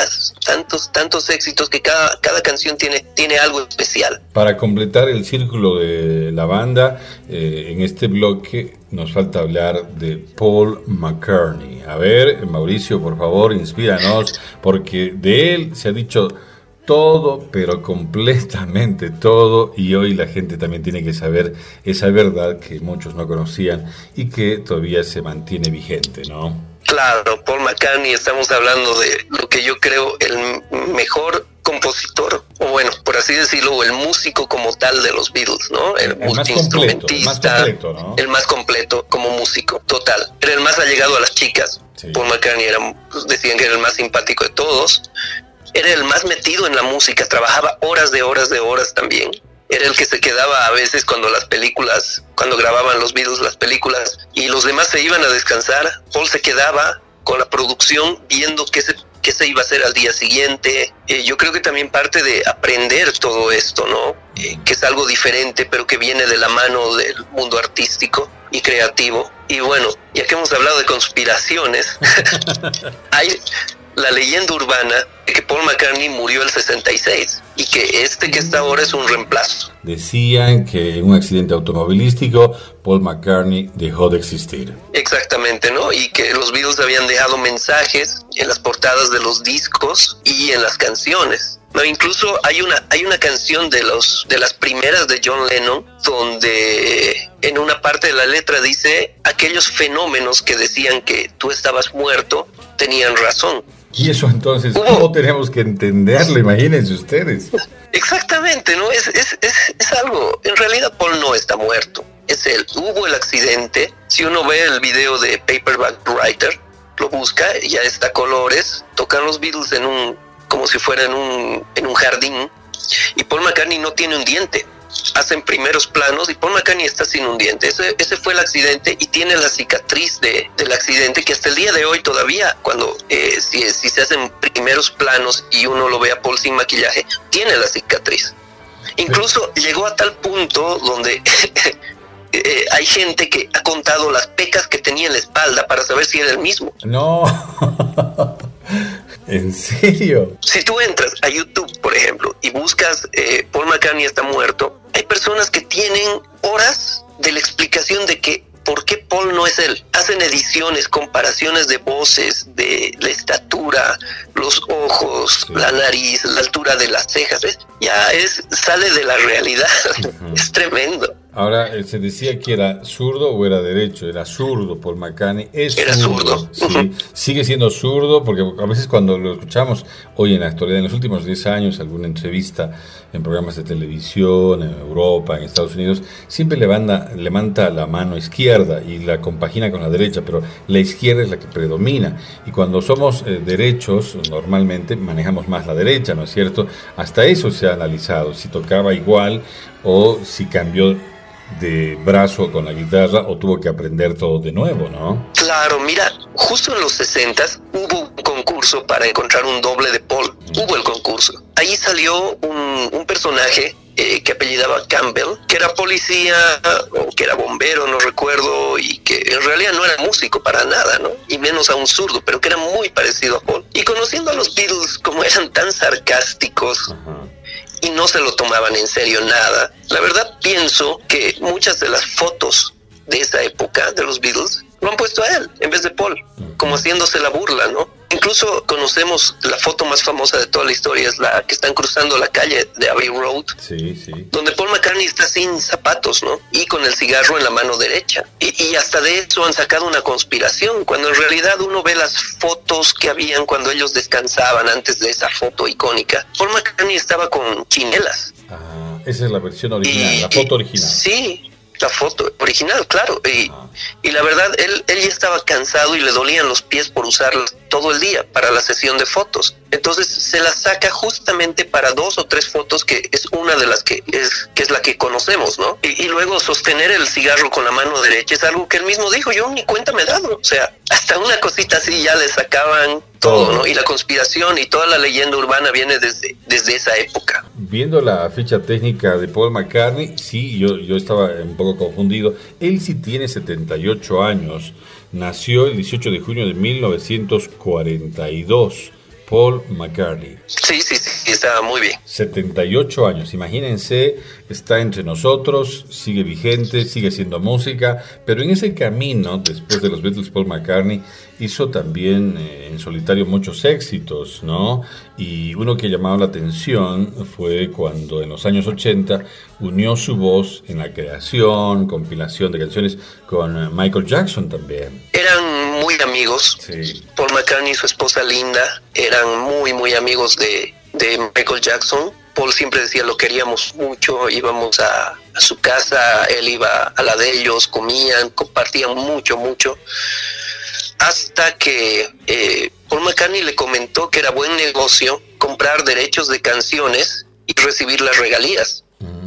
Speaker 3: tantos éxitos que cada canción tiene algo especial.
Speaker 1: Para completar el círculo de la banda, en este bloque nos falta hablar de Paul McCartney. A ver, Mauricio, por favor, inspíranos, porque de él se ha dicho todo, pero completamente todo, y hoy la gente también tiene que saber esa verdad que muchos no conocían y que todavía se mantiene vigente, ¿no?
Speaker 3: Claro, Paul McCartney, estamos hablando de lo que yo creo el mejor compositor, o bueno, por así decirlo, o el músico como tal de los Beatles, ¿no? El multiinstrumentista, ¿no? El más completo como músico, total. Era el más allegado a las chicas. Sí. Paul McCartney decían que era el más simpático de todos. Era el más metido en la música, trabajaba horas de horas también. Era el que se quedaba a veces cuando grababan los Beatles las películas y los demás se iban a descansar. Paul se quedaba con la producción viendo qué se iba a hacer al día siguiente. Yo creo que también parte de aprender todo esto, ¿no? Que es algo diferente, pero que viene de la mano del mundo artístico y creativo. Y bueno, ya que hemos hablado de conspiraciones, hay la leyenda urbana de que Paul McCartney murió el 66 y que que está ahora es un reemplazo.
Speaker 1: Decían que en un accidente automovilístico Paul McCartney dejó de existir. Exactamente,
Speaker 3: ¿no? Y que los Beatles habían dejado mensajes en las portadas de los discos y en las canciones. No, incluso hay una canción de las primeras de John Lennon donde en una parte de la letra dice: aquellos fenómenos que decían que tú estabas muerto tenían razón.
Speaker 1: Y eso entonces, ¿cómo tenemos que entenderlo? Imagínense ustedes.
Speaker 3: Exactamente, ¿no? Es algo, en realidad Paul no está muerto, hubo el accidente. Si uno ve el video de Paperback Writer, lo busca, ya está a colores, tocan los Beatles como si fuera en un jardín, y Paul McCartney no tiene un diente. hacen primeros planos y Paul McCartney está sin un diente. Ese fue el accidente y tiene la cicatriz del accidente, que hasta el día de hoy todavía, cuando si se hacen primeros planos y uno lo ve a Paul sin maquillaje, tiene la cicatriz. Incluso llegó a tal punto donde hay gente que ha contado las pecas que tenía en la espalda para saber si era el mismo.
Speaker 1: No. ¿En serio?
Speaker 3: Si tú entras a YouTube, por ejemplo, y buscas Paul McCartney está muerto, hay personas que tienen horas de la explicación de que por qué Paul no es él. Hacen ediciones, comparaciones de voces, de la estatura, los ojos, sí, la nariz, la altura de las cejas. ¿Ves? Ya sale de la realidad. Uh-huh. Es tremendo.
Speaker 1: Ahora, se decía que era zurdo o era derecho. Era zurdo, Paul McCartney.
Speaker 3: Era zurdo.
Speaker 1: Sí, uh-huh. Sigue siendo zurdo, porque a veces cuando lo escuchamos hoy en la actualidad, en los últimos 10 años, alguna entrevista en programas de televisión, en Europa, en Estados Unidos, siempre levanta la mano izquierda y la compagina con la derecha, pero la izquierda es la que predomina. Y cuando somos derechos, normalmente manejamos más la derecha, ¿no es cierto? Hasta eso se ha analizado, si tocaba igual o si cambió de brazo con la guitarra o tuvo que aprender todo de nuevo, ¿no?
Speaker 3: Claro, mira, justo en los 60s hubo un concurso para encontrar un doble de Paul. Hubo el concurso. Ahí salió un personaje que apellidaba Campbell, que era policía o que era bombero, no recuerdo, y que en realidad no era músico para nada, ¿no? Y menos a un zurdo, pero que era muy parecido a Paul. Y conociendo a los Beatles, como eran tan sarcásticos, uh-huh, y no se lo tomaban en serio nada, la verdad pienso que muchas de las fotos de esa época de los Beatles lo han puesto a él en vez de Paul, como haciéndose la burla, ¿no? Incluso conocemos la foto más famosa de toda la historia, es la que están cruzando la calle de Abbey Road,
Speaker 1: sí, sí,
Speaker 3: donde Paul McCartney está sin zapatos, ¿no? Y con el cigarro en la mano derecha. Y hasta de eso han sacado una conspiración, cuando en realidad uno ve las fotos que habían cuando ellos descansaban antes de esa foto icónica. Paul McCartney estaba con chinelas.
Speaker 1: Ah, esa es la versión original, la foto original.
Speaker 3: Sí, la foto original, claro. Y la verdad, él ya estaba cansado y le dolían los pies por usarlas todo el día para la sesión de fotos. Entonces se las saca justamente para 2 o 3 fotos, que es una de las que es la que conocemos, ¿no? Y luego sostener el cigarro con la mano derecha es algo que él mismo dijo, yo ni cuenta me he dado. O sea, hasta una cosita así ya le sacaban todo, ¿no? Y la conspiración y toda la leyenda urbana viene desde esa época.
Speaker 1: Viendo la ficha técnica de Paul McCartney, sí, yo estaba un poco confundido. Él sí tiene 78 años. Nació el 18 de junio de 1942. Paul McCartney.
Speaker 3: Sí, estaba muy bien.
Speaker 1: 78 años, imagínense, está entre nosotros, sigue vigente, sigue haciendo música, pero en ese camino, después de los Beatles, Paul McCartney hizo también en solitario muchos éxitos, ¿no? Y uno que llamaba la atención fue cuando en los años 80 unió su voz en la creación, compilación de canciones con Michael Jackson también.
Speaker 3: Eran muy amigos.
Speaker 1: Sí.
Speaker 3: Paul McCartney y su esposa Linda eran muy, muy amigos de Michael Jackson. Paul siempre decía, lo queríamos mucho, íbamos a su casa, él iba a la de ellos, comían, compartían mucho, hasta que Paul McCartney le comentó que era buen negocio comprar derechos de canciones y recibir las regalías.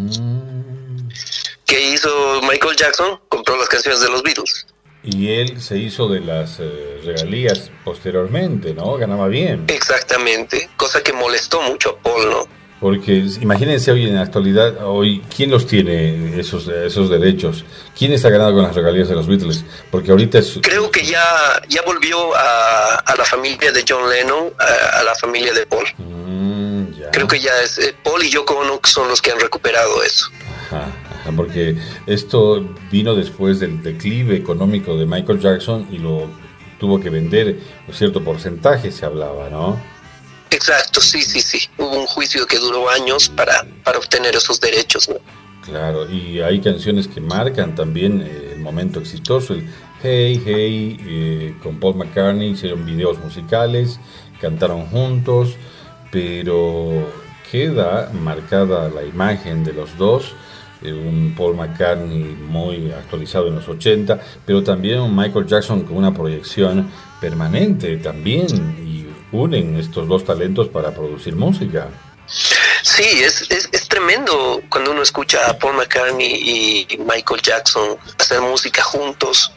Speaker 3: ¿Qué hizo Michael Jackson? Compró las canciones de los Beatles.
Speaker 1: Y él se hizo de las regalías posteriormente, ¿no? Ganaba bien.
Speaker 3: Exactamente, cosa que molestó mucho a Paul, ¿no?
Speaker 1: Porque imagínense hoy en la actualidad, ¿quién los tiene esos derechos? ¿Quién está ganando con las regalías de los Beatles? Porque ahorita
Speaker 3: creo que ya volvió a la familia de John Lennon, a la familia de Paul.
Speaker 1: Ya.
Speaker 3: Creo que ya es Paul y Yoko Ono son los que han recuperado eso.
Speaker 1: Ajá, porque esto vino después del declive económico de Michael Jackson y lo tuvo que vender un cierto porcentaje, se hablaba, ¿no?
Speaker 3: Exacto, sí. Hubo un juicio que duró años para obtener esos derechos, ¿no?
Speaker 1: Claro, y hay canciones que marcan también el momento exitoso. El Hey, Hey, con Paul McCartney hicieron videos musicales, cantaron juntos, pero queda marcada la imagen de los dos. Un Paul McCartney muy actualizado en los 80, pero también un Michael Jackson con una proyección permanente también, y unen estos dos talentos para producir música.
Speaker 3: Sí, Sí, es tremendo cuando uno escucha a Paul McCartney y Michael Jackson hacer música juntos.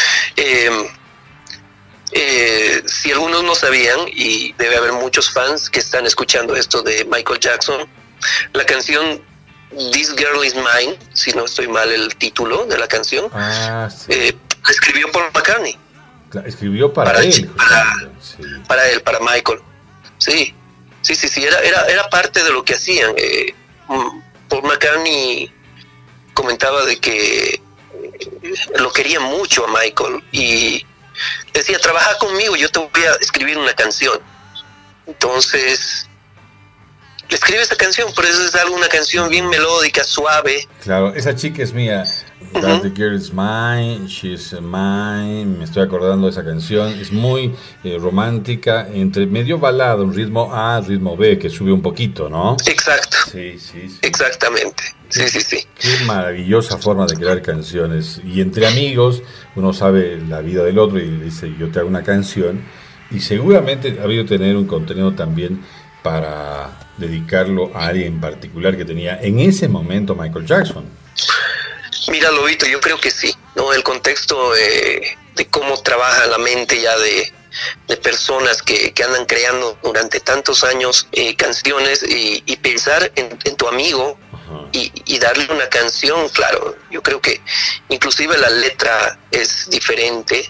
Speaker 3: Si algunos no sabían, y debe haber muchos fans que están escuchando esto de Michael Jackson, la canción This Girl Is Mine, si no estoy mal el título de la canción, la escribió Paul McCartney.
Speaker 1: Escribió para él.
Speaker 3: Para Michael. Sí, era parte de lo que hacían. Paul McCartney comentaba de que lo quería mucho a Michael y decía, trabaja conmigo, yo te voy a escribir una canción. Entonces le escribe esa canción, por eso es una canción bien melódica, suave.
Speaker 1: Claro, esa chica es mía. That the girl is mine, she's mine. Me estoy acordando de esa canción. Es muy romántica, entre medio balada, un ritmo A, ritmo B, que sube un poquito, ¿no?
Speaker 3: Exacto.
Speaker 1: Sí.
Speaker 3: Exactamente. Sí.
Speaker 1: Qué maravillosa forma de crear canciones. Y entre amigos, uno sabe la vida del otro y le dice, yo te hago una canción. Y seguramente ha habido tener un contenido también para dedicarlo a alguien en particular que tenía en ese momento Michael Jackson.
Speaker 3: Mira, Lobito, yo creo que sí, ¿no? El contexto de cómo trabaja la mente ya de personas que andan creando durante tantos años canciones y pensar en tu amigo y darle una canción, claro, yo creo que inclusive la letra es diferente.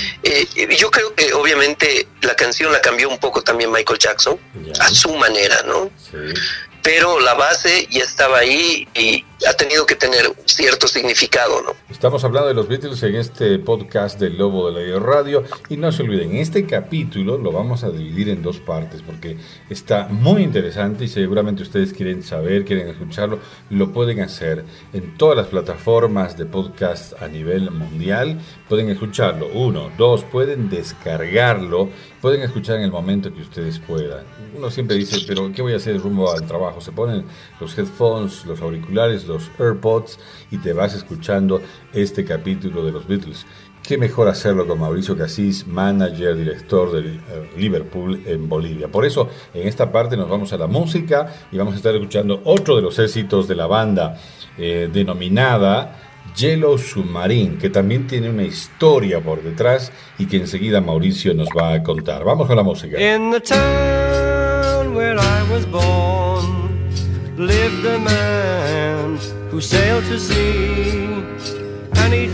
Speaker 3: Yo creo que obviamente la canción la cambió un poco también Michael Jackson, a su manera, ¿no? Sí. Pero la base ya estaba ahí y ha tenido que tener cierto significado, ¿no?
Speaker 1: Estamos hablando de los Beatles en este podcast del Lobo de la Radio y no se olviden, este capítulo lo vamos a dividir en dos partes porque está muy interesante y seguramente ustedes quieren saber, quieren escucharlo, lo pueden hacer en todas las plataformas de podcast a nivel mundial, pueden escucharlo, 1, 2, pueden descargarlo, pueden escuchar en el momento que ustedes puedan. Uno siempre dice, pero ¿qué voy a hacer rumbo al trabajo? Se ponen los headphones, los auriculares, los AirPods y te vas escuchando este capítulo de los Beatles. Qué mejor hacerlo con Mauricio Casís, manager, director de Liverpool en Bolivia. Por eso, en esta parte nos vamos a la música y vamos a estar escuchando otro de los éxitos de la banda denominada Yellow Submarine, que también tiene una historia por detrás y que enseguida Mauricio nos va a contar. Vamos con la música.
Speaker 5: In the town where I was born lived a man who sailed to sea, and he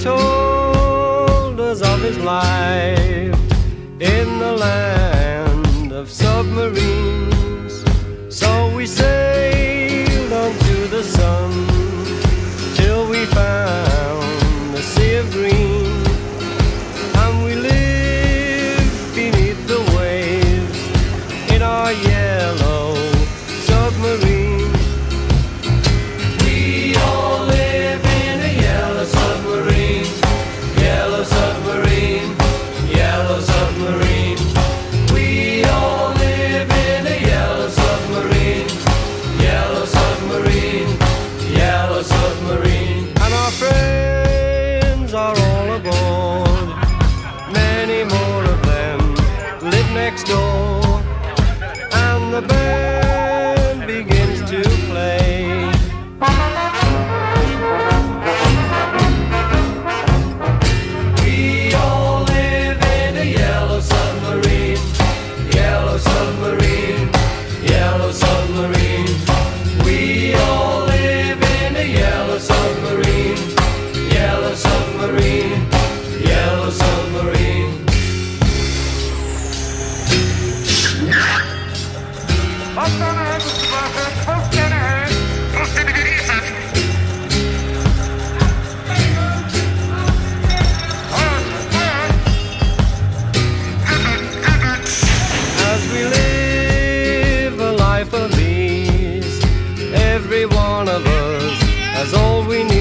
Speaker 5: told us of his life in the land of submarines. So we sailed on to the sun till we found the sea of green, and we lived beneath the waves in our yellow submarine. We all live in a yellow submarine, yellow submarine, yellow submarine. We all live in a yellow submarine, yellow submarine, yellow submarine. And our friends are all aboard, many more of them live next door, and the band begins to play. We all live in a yellow submarine, yellow submarine, yellow submarine. We all live in a yellow submarine, yellow submarine, yellow submarine. As we live a life of ease, every one of us has all we need.